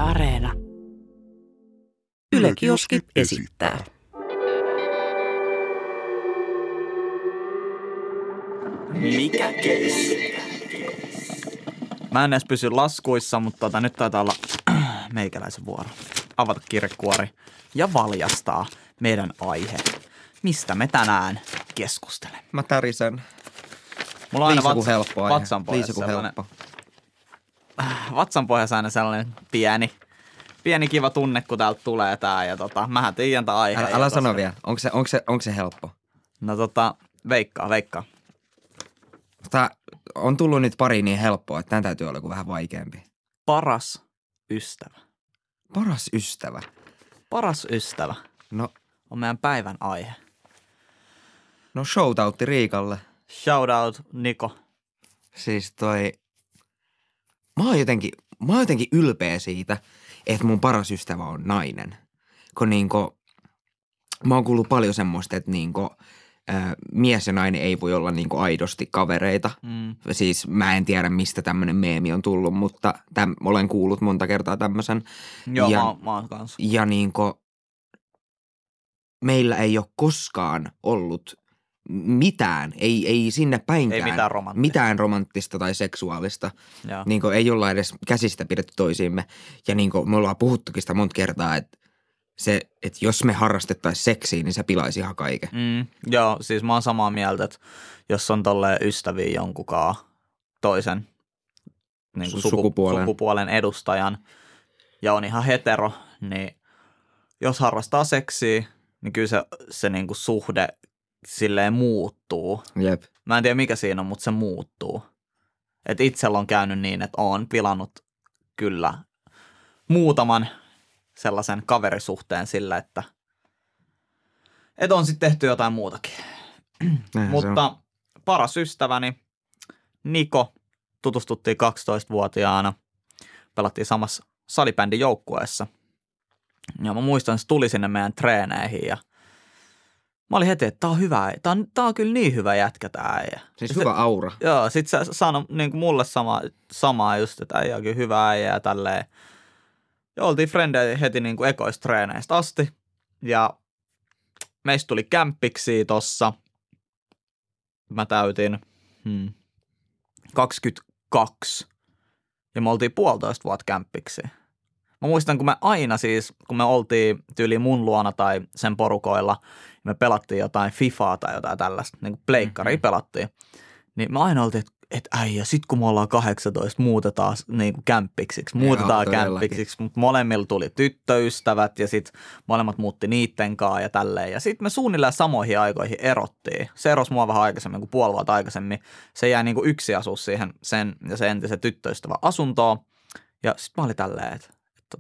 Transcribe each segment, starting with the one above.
Areena. Yle Kioski esittää. Mikä keissi? Mä en edes pysy laskuissa, mutta nyt taitaa olla meikäläisen vuoro. Avata kirjekuori ja valjastaa meidän aihe. Mistä me tänään keskustelemme? Mä tärisen. Mulla on aina vatsanpohjassa aina sellainen pieni kiva tunne, kun täältä tulee tää. Ja mähän tiedän tää aiheen. Älä sano vielä. Onko se helppo? No veikkaa. Tää on tullut nyt pari niin helppoa, että tän täytyy olla vähän vaikeampi. Paras ystävä. Paras ystävä? Paras ystävä. No. On meidän päivän aihe. No shoutoutti Riikalle. Shoutout Niko. Siis mä oon jotenkin ylpeä siitä, että mun paras ystävä on nainen. Kun mä oon kuullut paljon semmoista, että mies ja nainen ei voi olla aidosti kavereita. Siis mä en tiedä, mistä tämmönen meemi on tullut, mutta olen kuullut monta kertaa tämmöisen. Joo, mä oon kanssa. Ja meillä ei ole koskaan ollut mitään, ei sinne päinkään. Ei mitään romanttista tai seksuaalista. Ei olla edes käsistä pidetty toisiimme. Ja me ollaan puhuttukin sitä monta kertaa, että jos me harrastettaisiin seksiä, niin se pilaisi ihan kaiken. Joo, siis mä oon samaa mieltä, että jos on tolleen ystäviä jonkunkaan toisen sukupuolen edustajan ja on ihan hetero, niin jos harrastaa seksiä, niin kyllä se suhde silleen muuttuu. Jep. Mä en tiedä mikä siinä on, mutta se muuttuu. Et itsellä on käynyt niin, että oon pilannut kyllä muutaman sellaisen kaverisuhteen sillä, että on sitten tehty jotain muutakin. Mutta paras ystäväni Niko, tutustuttiin 12-vuotiaana, pelattiin samassa salibändin joukkueessa. Ja mä muistan, että se tuli sinne meidän treeneihin ja mä olin heti, että tää on hyvä, tää on kyllä niin hyvä jätkä tää äijä. Siis hyvä aura. Joo, sit se sanoi mulle samaa just, että äijä on kyllä hyvä äijä ja tälleen. Ja oltiin frendejä heti ekoista treeneistä asti. Ja meistä tuli kämppiksi tossa. Mä täytin 22. Ja me oltiin 1,5 vuotta kämppiksi. Mä muistan, kun me aina siis, kun me oltiin tyyliin mun luona tai sen porukoilla, me pelattiin jotain FIFAa tai jotain tällaista, niin kuin pleikkaria pelattiin, niin me aina oltiin, että äijä, sit kun me ollaan 18, muutetaan kämppiksi, mutta molemmilla tuli tyttöystävät ja sit molemmat muutti niitten kanssa ja tälleen. Ja sit me suunnilleen samoihin aikoihin erottiin. Se erosi mua vähän aikaisemmin kuin 5 vuotta aikaisemmin. Se jäi yksi asuus siihen sen ja se entisen tyttöystävän asuntoon. Ja sit mä olin tälleen, että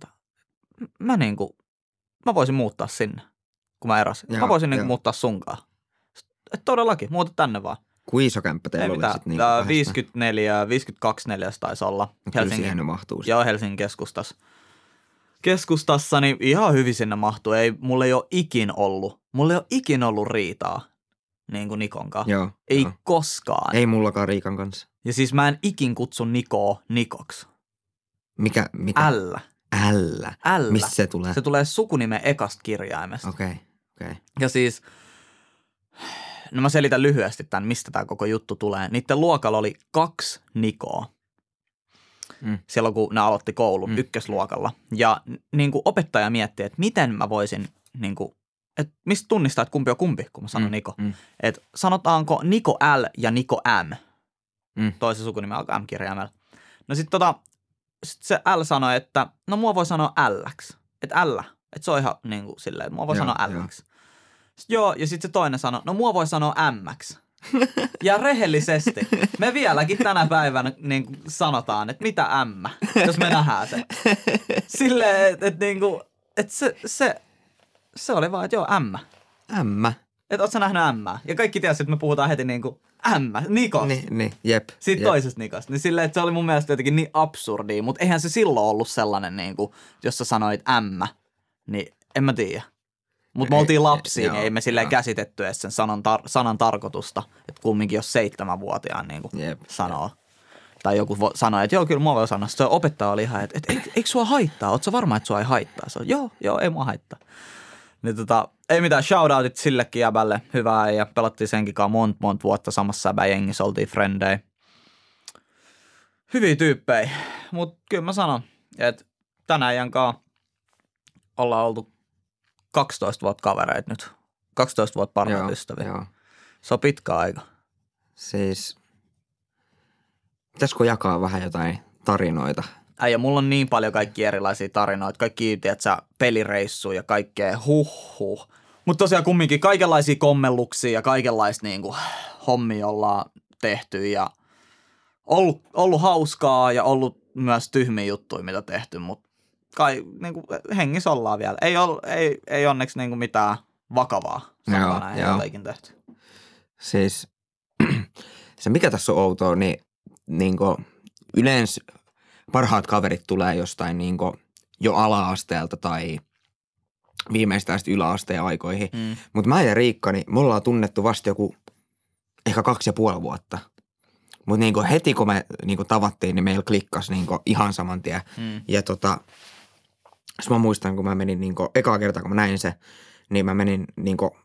mä voisin muuttaa sinne, kun mä erosin. Mä voisin muuttaa sunkaan. Et todellakin, muuta tänne vaan. Kuin iso kämppä teillä oli sitten 52 taisi olla. Helsingin mahtuu. Joo, Helsingin keskustassa, niin ihan hyvin sinne mahtuu. Mulla ei ole ikin ollut riitaa Nikon kanssa. Ei koskaan. Ei mullakaan Riikan kanssa. Ja siis mä en ikin kutsu Nikoa Nikoksi. Mikä? L. Mistä se tulee? Se tulee sukunimen ekasta kirjaimesta. Okei. Ja siis, no mä selitän lyhyesti tämän, mistä tämä koko juttu tulee. Niiden luokalla oli 2 Nikoa. Silloin kun ne aloitti koulun ykkösluokalla. Ja opettaja mietti, että miten mä voisin, että mistä tunnistaa, että kumpi on kumpi, kun mä sanon Niko. Että sanotaanko Niko L ja Niko M. Toisen sukunimi alkaa M-kirjaimella. No sit se L sanoi, että no mua voi sanoa L:ksi. Että L, että se on ihan silleen, että mua voi sanoa L:ksi. Joo, ja sitten se toinen sanoi, no mua voi sanoa M:ksi. Ja rehellisesti, me vieläkin tänä päivänä sanotaan, että mitä M, jos me nähdään se. Silleen, että se oli vaan, että joo, M. Että oot sä nähnyt M? Ja kaikki tiesi, että me puhutaan heti Nikosta. Niin, jep. Siitä toisesta Nikosta. Niin silleen, että se oli mun mielestä jotenkin niin absurdia, mutta eihän se silloin ollut sellainen, jos sä sanoit M, niin en mä tiedä. Mutta me oltiin lapsia, niin ei me silleen käsitetty edes sen sanan tarkoitusta, että kumminkin jos 7-vuotiaan sanoo. Tai joku sanoi, että joo, kyllä mua voi sanoa. Sitten opettaja oli ihan, että eikö sua haittaa? Ootko sä varma, että sua ei haittaa? Se on, joo, ei mua haittaa. Niin ei mitään, shoutoutit sillekin jäbälle. Hyvää ja pelattiin senkin kanssa monta vuotta samassa jäbäjengissä, oltiin frendejä. Hyviä tyyppejä, mutta kyllä mä sanon, että tänä ajan kanssa ollaan oltu 12 vuotta kavereita nyt. 12 vuotta parhaat ystäviä. Joo. Se on pitkä aika. Siis, pitäisikö jakaa vähän jotain tarinoita? Ja mulla on niin paljon kaikki erilaisia tarinoita, kaikki, tiedätkö, pelireissuja ja kaikkea, huh. Mutta tosiaan kumminkin kaikenlaisia kommelluksia ja kaikenlaista niinku hommia ollaan tehty ja ollut hauskaa ja ollut myös tyhmiä juttuja, mitä tehty, mutta kai niinku hengissä ollaan vielä. Ei onneksi niinku mitään vakavaa sanaa ei ole ikin tehty. Siis se mikä tässä on outoa, niin niinku yleensä parhaat kaverit tulee jostain niinku jo ala-asteelta tai viimeistään sitten yläasteen aikoihin. Mutta mä ja Riikka, niin me ollaan tunnettu vasta joku ehkä 2,5 vuotta. Mutta niinku heti kun me niinku tavattiin, niin meillä klikkasi niinku ihan saman tien. Ja mä muistan, kun mä menin niinku, ekaa kertaa kun mä näin se, niin mä menin niinku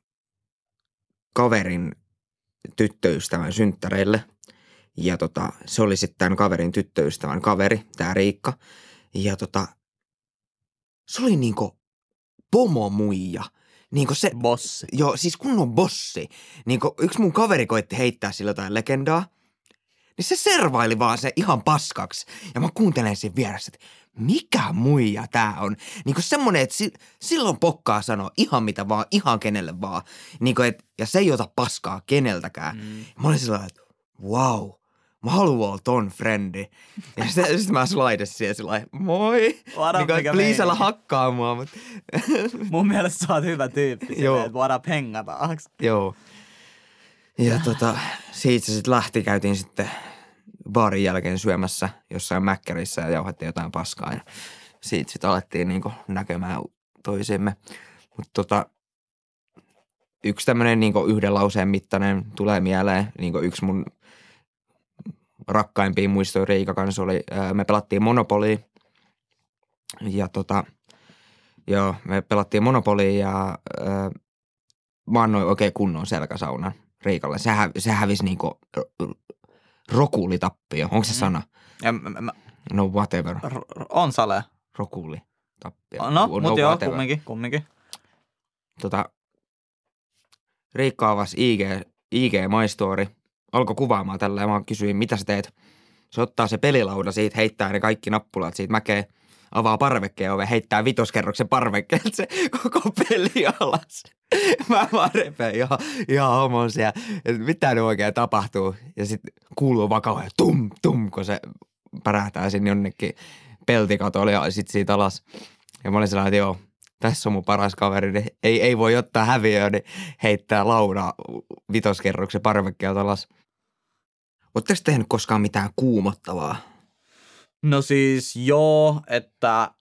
kaverin tyttöystävän synttäreille. Ja se oli sitten tämän kaverin tyttöystävän kaveri, tää Riikka. Ja se oli niinku pomomuija. Niinku se bossi. Joo, siis kunnon bossi. Niinku yksi mun kaveri koitti heittää sillä jotain legendaa. Niin se servaili vaan se ihan paskaksi. Ja mä kuuntelen sen vieressä, että mikä muija tää on. Niinku semmonen, että silloin pokkaa sanoa ihan mitä vaan, ihan kenelle vaan. Niinku ja se ei ota paskaa keneltäkään. Mä olin sillä että wow, mä haluan olla ton frendi. Ja sitten mä slaidesin siihen sillä lailla, moi. Niinku, please älä hakkaa mua. Mut. Mun mielestä sä oot hyvä tyyppi. Silleen, että voidaan pengata. Joo. Ja siitä se sitten lähti, käytiin sitten baarin jälkeen syömässä jossain mäkkärissä ja jauhettiin jotain paskaa. Ja siitä sitten alettiin niinku näkemään toisiimme. Mutta yksi tämmönen niinku yhden lauseen mittainen tulee mieleen. Niinku yksi mun rakkaimpia muistoja Riika kanssa oli, me pelattiin Monopolia. Ja joo, me pelattiin Monopolia ja mä annoin oikein kunnon selkäsaunan Riikalle. Se hävisi niinku rokuulitappio. Onko se sana? No whatever. On sale. Rokuulitappio. No mut joo, kumminkin. Riikka avasi IG My Story. Alkoi kuvaamaan tällä ja mä kysyin, mitä sä teet? Se ottaa se pelilauda siitä, heittää ne kaikki nappulat siitä mäkeen, avaa parvekkeen oven, heittää 5. kerroksen parvekkeelta se koko peli alas. Mä vaan repeen ihan homon siellä, että mitä ne oikein tapahtuu. Ja sitten kuuluu vaan kauhean tum, kun se pärähtää sinne jonnekin peltikatolle ja sitten siitä alas. Ja mä olin sellainen, että joo, tässä on mun paras kaveri, niin ei voi ottaa häviöä, niin heittää laudaa 5. kerroksen parvekkeelta alas. Oletteko tehnyt koskaan mitään kuumottavaa? No siis joo, että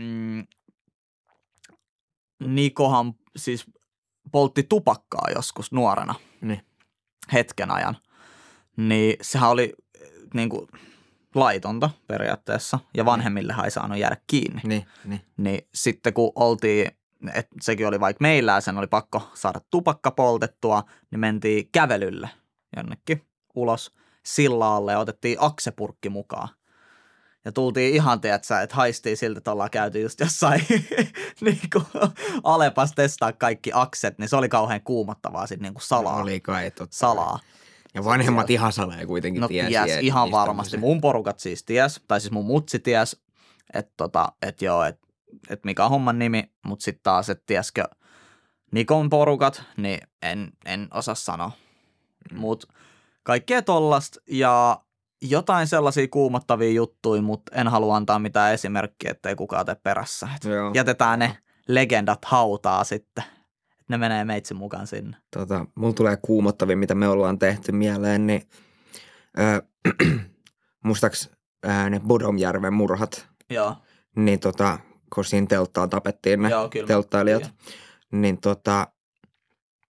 Nikohan siis poltti tupakkaa joskus nuorena hetken ajan. Niin sehän oli niinku laitonta periaatteessa ja vanhemmillehan ei saanut jäädä kiinni. Niin sitten kun oltiin, että sekin oli vaikka meillä ja sen oli pakko saada tupakka poltettua, niin mentiin kävelylle jonnekin ulos sillaalle ja otettiin aksepurkki mukaan. Ja tultiin ihan, tiedätkö, että haistiin siltä, että ollaan käyty just jossain niinku Alepas testaa kaikki akset, niin se oli kauhean kuumottavaa sitten niinku salaa. Oli kai, totta. Salaa. Ja vanhemmat ihan salee kuitenkin no, tiesi. No ihan varmasti. Mun porukat siis ties, tai siis mun mutsi ties, että joo, että mikä on homman nimi, mutta sitten taas, että tieskö Nikon porukat, niin en osaa sanoa. Mut kaikkea tollasta ja jotain sellaisia kuumottavia juttuja, mutta en halua antaa mitään esimerkkiä, ettei kukaan tee perässä. Jätetään ne legendat hautaa sitten. Ne menee meitsi mukaan sinne. Mulla tulee kuumottavia, mitä me ollaan tehty mieleen, niin mustaaks ne Bodomjärven murhat? Joo. Niin kun siinä telttaan tapettiin ne telttailijat. Kyllä. Niin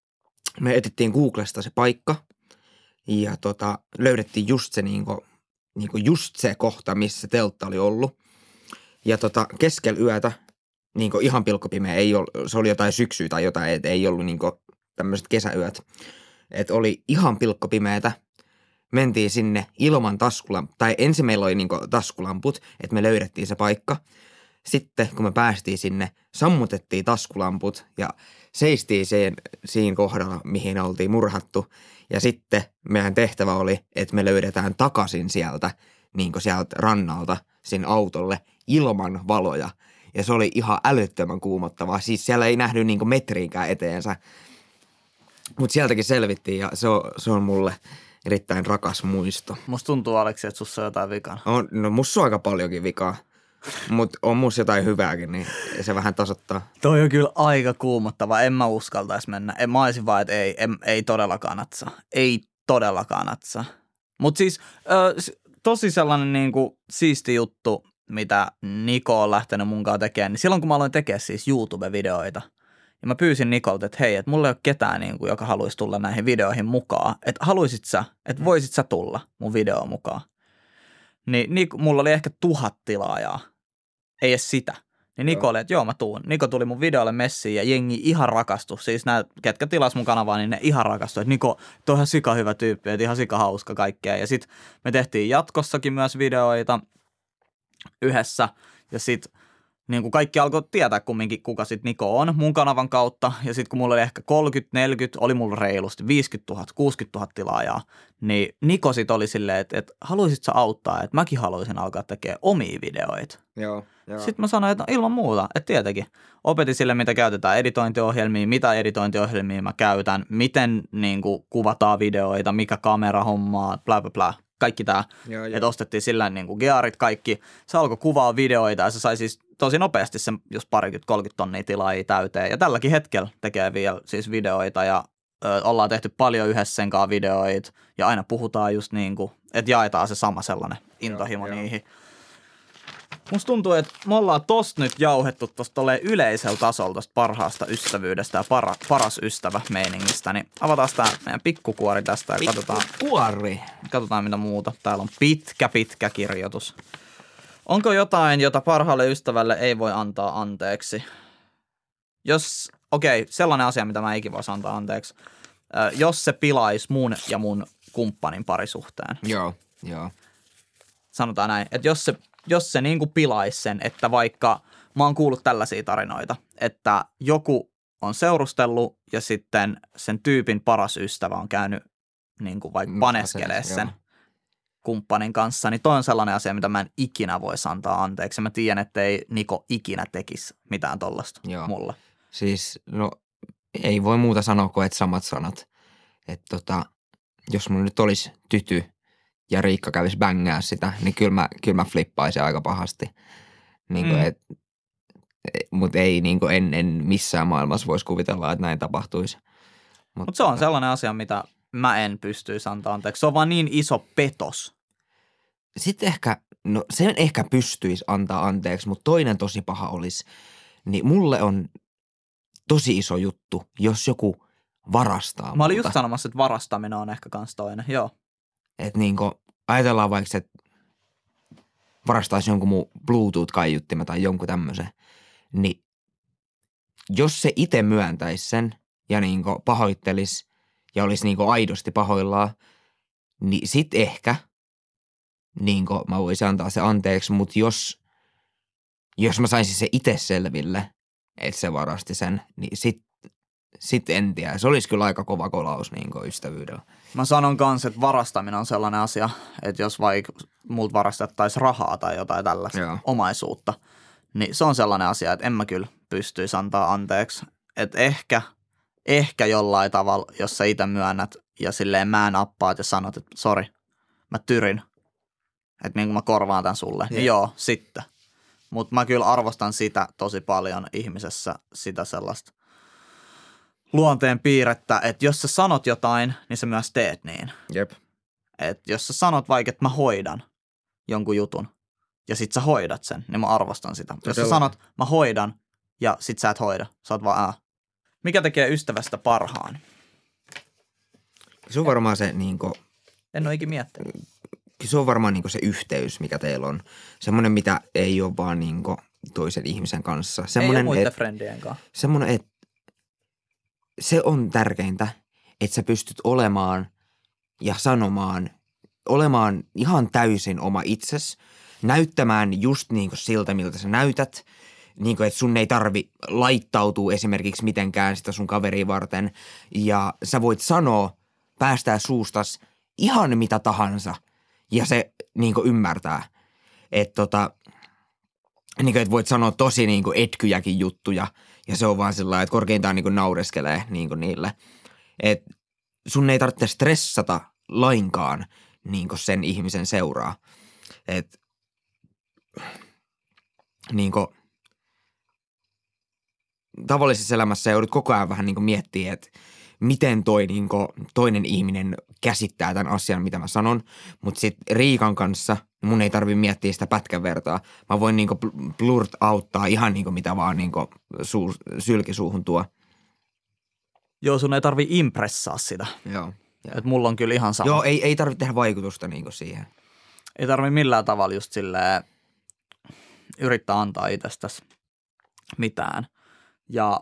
me etittiin Googlesta se paikka ja löydettiin just se niinku niinku just se kohta, missä se teltta oli ollut. Ja keskellä yötä, niinku ihan pilkkopimeä, se oli jotain syksyä tai jotain, et ei ollut niinku tämmöiset kesäyöt. Et oli ihan pilkkopimeätä. Mentiin sinne ilman taskulamput, tai ensin meillä oli niinku taskulamput, että me löydettiin se paikka. Sitten kun me päästiin sinne, sammutettiin taskulamput ja seistiin siinä kohdalla, mihin oltiin murhattu. Ja sitten meidän tehtävä oli, että me löydetään takaisin sieltä, niinku sieltä rannalta sinne autolle ilman valoja. Ja se oli ihan älyttömän kuumottavaa. Siis siellä ei nähnyt niinku metriinkään eteensä. Mutta sieltäkin selvittiin ja se on mulle erittäin rakas muisto. Musta tuntuu, Aleksi, että sussa on jotain vikaa. No musta on aika paljonkin vikaa, mutta on musta jotain hyvääkin, niin se vähän tasoittaa. Toi on kyllä aika kuumottava. En mä uskaltaisi mennä. Mä olisin vaan, että ei todellakaan natsaa. Ei todellakaan natsaa. Mutta siis tosi sellainen niinku siisti juttu, mitä Niko on lähtenyt munkaan tekemään. Niin silloin kun mä aloin tekemään siis YouTube-videoita, ja mä pyysin Nikolta, että hei, että mulla ei ole ketään, niin kuin, joka haluaisi tulla näihin videoihin mukaan. Että haluisit sä, että voisit sä tulla mun videoon mukaan. Niin mulla oli ehkä 1000 tilaajaa. Ei edes sitä. Niin Niko oli, että joo mä tuun. Niko tuli mun videolle messiin ja jengi ihan rakastui. Siis nämä, ketkä tilas mun kanavaa, niin ne ihan rakastui. Että Niko, toi on ihan sika hyvä tyyppi, että ihan sika hauska kaikkea. Ja sit me tehtiin jatkossakin myös videoita yhdessä. Ja sit niin kuin kaikki alkoi tietää kumminkin, kuka sit Niko on mun kanavan kautta. Ja sitten kun mulla oli ehkä 30-40, oli mulla reilusti 50 000, 60 000 tilaajaa. Niin Niko sit oli silleen, että haluaisit sä auttaa, että mäkin haluaisin alkaa tekemään omia videoita. Joo. Sitten mä sanoin, että ilman muuta, että tietenkin. Opetin sille, mitä käytetään editointiohjelmia, mitä editointiohjelmia mä käytän, miten niin kuin, kuvataan videoita, mikä kamera hommaa, bla bla bla. Kaikki tää, että ostettiin sillä niin kuin gearit kaikki. Se alkoi kuvaa videoita ja se sai siis tosi nopeasti sen just 20-30 tonnia tilaajia täyteen. Ja tälläkin hetkellä tekee vielä siis videoita ja ollaan tehty paljon yhdessä sen kanssa videoita. Ja aina puhutaan just niin kuin, että jaetaan se sama sellainen intohimo niihin. Musta tuntuu, että me ollaan tosta nyt jauhettu tosta yleisellä tasolla tosta parhaasta ystävyydestä ja paras ystävä meiningistä. Niin avataan tää meidän pikkukuori tästä ja katsotaan mitä muuta. Täällä on pitkä kirjoitus. Onko jotain, jota parhaalle ystävälle ei voi antaa anteeksi? Sellainen asia, mitä mä eikin voisi antaa anteeksi. Jos se pilaisi mun ja mun kumppanin parisuhteen. Joo. Sanotaan näin, että jos se niin kuin pilaisi sen, että vaikka mä oon kuullut tällaisia tarinoita, että joku on seurustellut ja sitten sen tyypin paras ystävä on käynyt niin kuin vaikka paneskelee sen kumppanin kanssa, niin toi on sellainen asia, mitä mä en ikinä voisi antaa anteeksi. Mä tiedän, että ei Niko ikinä tekisi mitään tollasta mulle. Siis, ei voi muuta sanoa kuin että samat sanat. Että jos mulla nyt olisi tyty ja Riikka kävisi bängää sitä, niin kyllä mä flippaisin aika pahasti. Mutta ei en missään maailmassa voisi kuvitella, että näin tapahtuisi. Mutta se on sellainen asia, mitä mä en pystyisi antaa anteeksi. Se on vaan niin iso petos. Sitten sen ehkä pystyisi antaa anteeksi, mutta toinen tosi paha olisi, niin mulle on tosi iso juttu, jos joku varastaa. Mä olin just sanomassa, että varastaminen on ehkä kans toinen, joo. Että ajatellaan vaikka, että varastaisi jonkun mun Bluetooth-kaiuttimen tai jonkun tämmöisen, niin jos se itse myöntäisi sen ja pahoittelisi ja olisi aidosti pahoillaan, niin sit ehkä mä voisin antaa se anteeksi, mutta jos mä saisin se itse selville, että se varasti sen, niin sit en tiedä. Se olisi kyllä aika kova kolaus ystävyydellä. Mä sanon kanssa, että varastaminen on sellainen asia, että jos vaikka multa varastettaisiin rahaa tai jotain tällaista omaisuutta, niin se on sellainen asia, että en mä kyllä pystyisi antaa anteeksi. Että ehkä jollain tavalla, jos sä itse myönnät ja silleen mä nappaat ja sanot, että sori, mä tyrin, että niin kuin mä korvaan tämän sulle, niin joo, sitten. Mutta mä kyllä arvostan sitä tosi paljon ihmisessä, sitä sellaista luonteen piirrettä, että jos sä sanot jotain, niin sä myös teet niin. Jep. Että jos sä sanot vaikka, että mä hoidan jonkun jutun ja sit sä hoidat sen, niin mä arvostan sitä. Jos sä sanot, mä hoidan ja sit sä et hoida, sä oot vaan Mikä tekee ystävästä parhaan? Se on varmaan se En ole ikinä miettinyt. se on varmaan niinku se yhteys, mikä teillä on. Semmoinen, mitä ei ole vaan niinku toisen ihmisen kanssa. Ei ole muiden friendien kanssa. Semmoinen, että se on tärkeintä, että sä pystyt olemaan ja sanomaan, olemaan ihan täysin oma itses, näyttämään just niin kuin siltä, miltä sä näytät, niin kuin, että sun ei tarvi laittautua esimerkiksi mitenkään sitä sun kaveria varten ja sä voit sanoa, päästää suustas ihan mitä tahansa ja se niin kuin ymmärtää, että niin kuin, että voit sanoa tosi niin kuin etkyjäkin juttuja ja se on vaan sellainen, että korkeintaan niin kuin naureskelee niin kuin niille. Että sun ei tarvitse stressata lainkaan niin kuin sen ihmisen seuraa. Että niin kuin tavallisessa elämässä joudut koko ajan vähän niin kuin miettiä, että miten toi niin kuin toinen ihminen käsittää tämän asian, mitä mä sanon. Mutta sitten Riikan kanssa mun ei tarvitse miettiä sitä pätkän vertaa. Mä voin niin kuin blurt auttaa ihan niin kuin mitä vaan niin kuin sylki suuhun tuo. Joo, sun ei tarvi impressaa sitä. Joo. Et mulla on kyllä ihan sama. Joo, ei tarvitse tehdä vaikutusta niin kuin siihen. Ei tarvi millään tavalla just silleen yrittää antaa itsestäsi mitään. Ja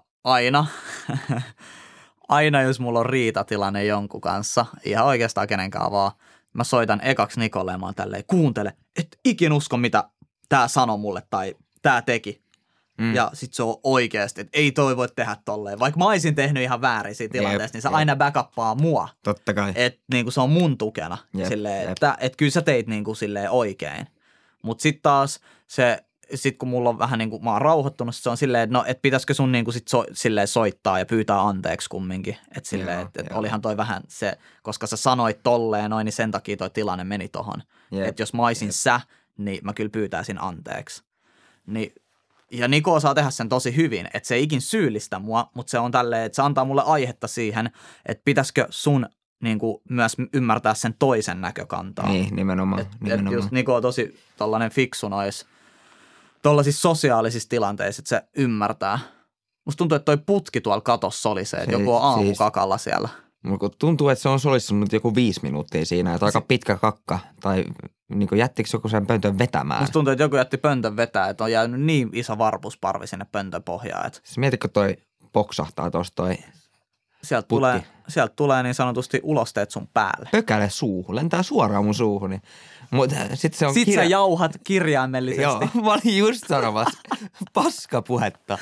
aina jos mulla on riitatilanne jonkun kanssa, ihan oikeastaan kenenkään vaan, mä soitan ekaksi Nikolle ja mä oon tälleen, kuuntele, et ikin usko mitä tää sanoi mulle tai tää teki. Ja sit se on oikeesti, että ei toi voi tehdä tolleen. Vaikka mä olisin tehnyt ihan väärin siinä tilanteessa, niin se aina backuppaa mua. Totta kai. Että niinku se on mun tukena. Silleen, että kyllä sä teit niinku silleen oikein. Mut sit taas sit kun mulla on vähän niinku, mä oon rauhoittunut, se on silleen, että no, et pitäisikö sun niinku sit silleen soittaa ja pyytää anteeksi kumminkin. Että silleen, että olihan toi vähän se, koska sä sanoit tolleen noin, niin sen takia toi tilanne meni tohon. Että jos mä oisin sä, niin mä kyllä pyytäisin anteeksi. Ja Niko osaa tehdä sen tosi hyvin, että se ei ikin syyllistä mua, mutta se on tälleen, että se antaa mulle aihetta siihen, että pitäisikö sun niin kuin, myös ymmärtää sen toisen näkökantaa. Niin, nimenomaan. Että just Niko on tosi tollainen fiksu noissa tollaisissa sosiaalisissa tilanteissa, että se ymmärtää. Musta tuntuu, että toi putki tuolla katossa solisee, että joku on aamukakalla siellä. Mutta tuntuu, että se on solistunut joku 5 minuuttia siinä, että aika pitkä kakka. Tai niin jättikö joku sen pöntön vetämään? Musta tuntuu, että joku jätti pöntön vetää, että on jäänyt niin iso varpusparvi sinne pöntön pohjaan. Että mietitkö toi poksahtaa tosta toi Sieltä tulee niin sanotusti ulosteet sun päälle. Pökäle suuhun, lentää suoraan mun suuhuni. Mutta sit se on sit sä jauhat kirjaimellisesti. Joo, mä olin just sanomassa paskapuhetta.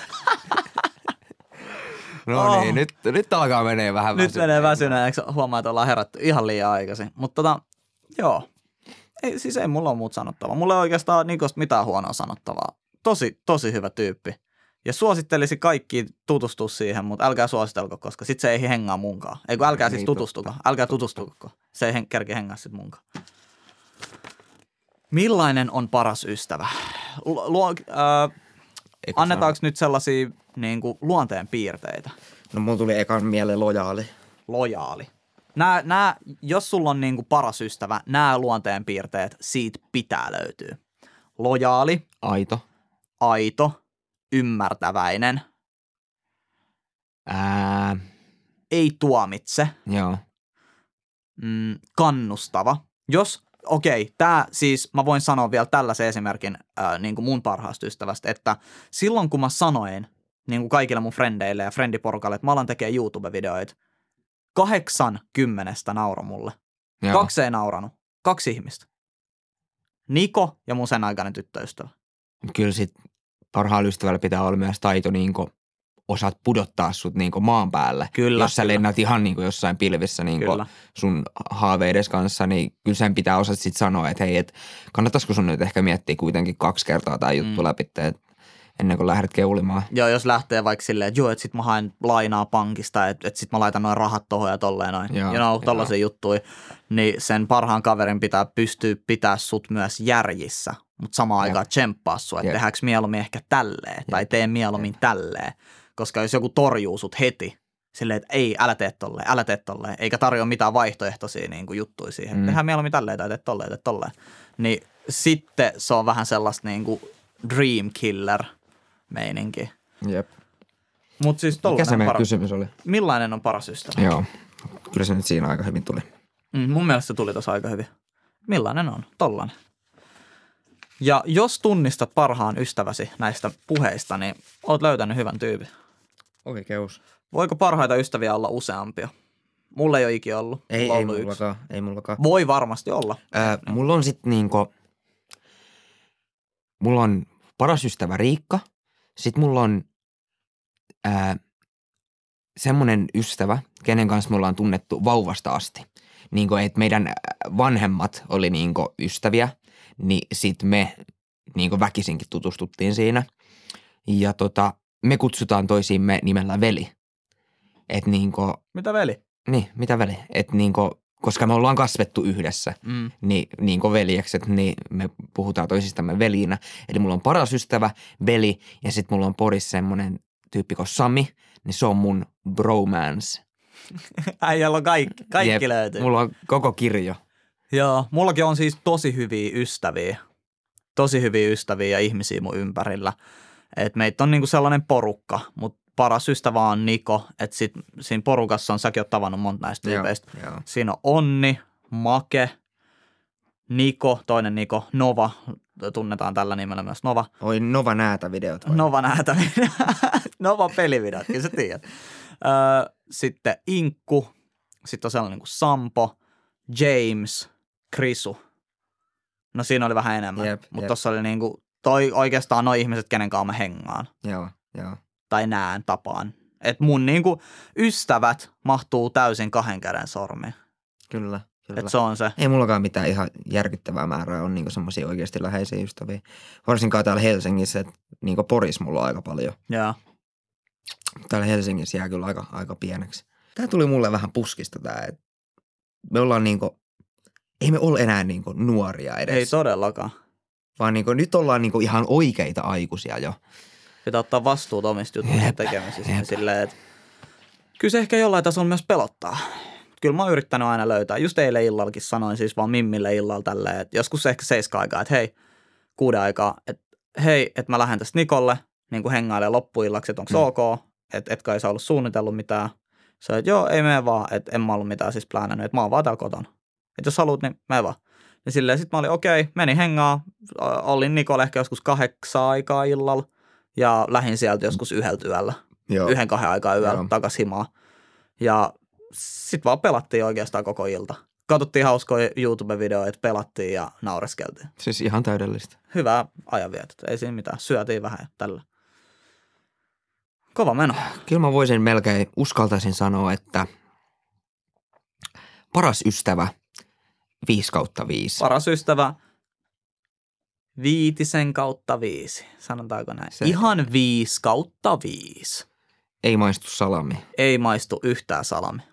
No niin, nyt alkaa menee vähän väsyneen. Nyt menee väsyneeksi, huomaa, että ollaan herätty ihan liian aikaisin. Mutta joo, ei mulla ole muuta sanottavaa. Mulla ei oikeastaan Nikosta mitään huonoa sanottavaa. Tosi hyvä tyyppi. Ja suosittelisin kaikki tutustua siihen, mutta älkää suositelko, koska sit se ei hengaa munkaan. Eikö älkää siis tutustuko. Älkää tutustuko. Se ei kerki hengaa sit munkaan. Millainen on paras ystävä? Annetaanko nyt sellaisia niin kuin luonteen piirteitä? No mulla tuli ekan mieleen Lojaali. Jos sulla on niin kuin paras ystävä, nämä luonteen piirteet siitä pitää löytyä. Lojaali. Aito. Ymmärtäväinen. Ei tuomitse. Joo. Kannustava. Tää siis, mä voin sanoa vielä tällaisen esimerkin niin kuin mun parhaasta ystävästä, että silloin kun mä sanoin niin kuin kaikille mun frendeille ja frendiporukalle, että mä alan tekemään YouTube-videoita, 80 nauroi mulle. Joo. 2 ei nauranut. 2 ihmistä. Niko ja mun sen aikainen tyttöystävä. Kyllä sit parhaalla ystävällä pitää olla myös taito niinku osaat pudottaa sut niinku maan päälle. Kyllä. Jos sä lennät ihan niinku jossain pilvissä niinku sun haaveides kanssa, niin kyllä sen pitää osata sit sanoa, että hei, et kannattaisiko sun nyt ehkä miettiä kuitenkin 2 kertaa tää juttu läpi, ennen kuin lähdet keulimaan. Joo, jos lähtee vaikka silleen, että joo, että sit mä haen lainaa pankista, että sit mä laitan noin rahat tohon ja tolleen noin. Tollaisia juttuja. Niin sen parhaan kaverin pitää pystyä pitää sut myös järjissä, mutta samaan aikaan tsemppaa sua, että tehdäänkö mieluummin ehkä tälleen tai tee mieluummin tälleen. Koska jos joku torjuu sut heti, silleen, että ei, älä tee tolleen, eikä tarjoa mitään vaihtoehtoisia niin kuin juttuja siihen. Tehdään mieluummin tälleen tai tee tolleen. Niin sitten se on vähän sellaista niin kuin dream killer meininki. Jep. Mut siis mikä se meidän kysymys oli? Millainen on paras ystävä? Joo, kyllä se nyt siinä aika hyvin tuli. Mun mielestä se tuli tossa aika hyvin. millainen on, tollanen. Ja jos tunnistat parhaan ystäväsi näistä puheista, niin oot löytänyt hyvän tyypin. Oikeus. Voiko parhaita ystäviä olla useampia? Mulla ei ole ikinä ollut. Ei mullakaan. Voi varmasti olla. Mulla on sit niinku, mulla on paras ystävä Riikka. Sitten mulla on semmonen ystävä, kenen kanssa me ollaan tunnettu vauvasta asti. Niinku, että meidän vanhemmat oli niinku ystäviä, niin sit me niinku väkisinkin tutustuttiin siinä. Ja me kutsutaan toisiimme nimellä veli. Et niinku, Mitä veli? niin, mitä veli? Et niinku, koska me ollaan kasvettu yhdessä, niin niinku veljekset, niin me puhutaan toisistamme veliinä. Eli mulla on paras ystävä, veli, ja sit mulla on Porissa semmonen tyyppi kuin Sami, niin se on mun bromance. Äijällä on kaikki löytyy. Mulla on koko kirjo. Joo, mullakin on siis tosi hyviä ystäviä. Tosi hyviä ystäviä ja ihmisiä mun ympärillä. Et meitä on niinku sellainen porukka, mutta paras ystävä on Niko. Että siinä porukassa on, säkin oot tavannut monta näistä tyypeistä. Joo. Siinä on Onni, Make, Niko, toinen Niko, Nova. Tunnetaan tällä nimellä myös Nova. Oi Nova näätä-videot. Nova näätä-videot. Nova pelivideot, kyllä sä tiedät. Sitten Inkku. Sitten on sellainen kuin Sampo, James, Krisu. No siinä oli vähän enemmän, mutta tossa oli niinku, oikeastaan noi ihmiset, kenen kanssa mä hengaan. Joo. Tai näen, tapaan. Et mun niinku ystävät mahtuu täysin 2 käden sormiin. Kyllä. Et se on se. Ei mullakaan mitään ihan järkyttävää määrää on niinku semmosia oikeasti läheisiä ystäviä. Varsinkaan täällä Helsingissä, että niinku Porissa mulla on aika paljon. Joo. Täällä Helsingissä jää kyllä aika pieneksi. Tää tuli mulle vähän puskista tää, että me ollaan niinku, ei me ole enää niinku nuoria edes. Ei todellakaan. Vaan niinku nyt ollaan niinku ihan oikeita aikuisia jo. Pitää ottaa vastuut omista jutuista tekemisistä. Silleen, että kyllä se ehkä jollain tasolla myös pelottaa. Kyllä mä oon yrittänyt aina löytää. Just eilen illallakin sanoin siis vaan Mimmille illalla tälleen, että joskus ehkä 7 aikaa, että hei, 6 aikaa, että hei, että mä lähden tästä Nikolle niin kuin hengailemaan loppuillaksi, että onko ok, että etkä ei saa ollut suunnitellut mitään. Se että joo, ei mene vaan, että en mä ollut mitään siis pläänännyt, että mä oon vaan täällä kotona. Että jos haluat, niin mene vaan. Ja silleen sit mä olin okei, menin hengaa, olin Nikolle ehkä joskus 8 aikaa illalla ja lähdin sieltä joskus 1 yöllä. 1-2 aikaa yöllä takas himaa. Ja sit vaan pelattiin oikeastaan koko ilta. Katsottiin hauskoja YouTube-videoita, pelattiin ja naureskeltiin. Siis ihan täydellistä. Hyvää ajanvietot, ei siinä mitään. Syötiin vähän ja tällä. Kova meno. Kyllä mä voisin melkein, uskaltaisin sanoa, että paras ystävä 5/5. Paras ystävä 5/5. Sanotaanko näin? Ihan 5/5. Ei maistu salami. Ei maistu yhtään salami.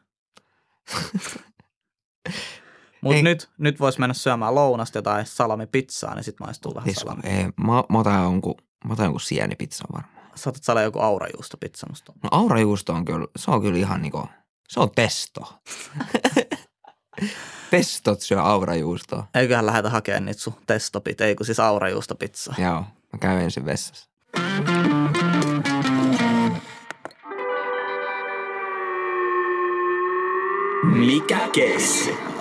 Mutta nyt vois mennä syömään lounasta jotain salamipizzaa, niin sit maistuu vähän salami. Ei, mä otan jonkun sienipizza varmaan. Saatat saada joku aurajuustopizza musta. No aurajuusto on kyllä ihan niinku, se on testo. Pestot syö aurajuustoa. Eiköhän lähdetä hakemaan niitä sun testopit, ei kun siis aurajuustopizzaa. Joo, mä käyn ensin vessassa. Mikä keissi?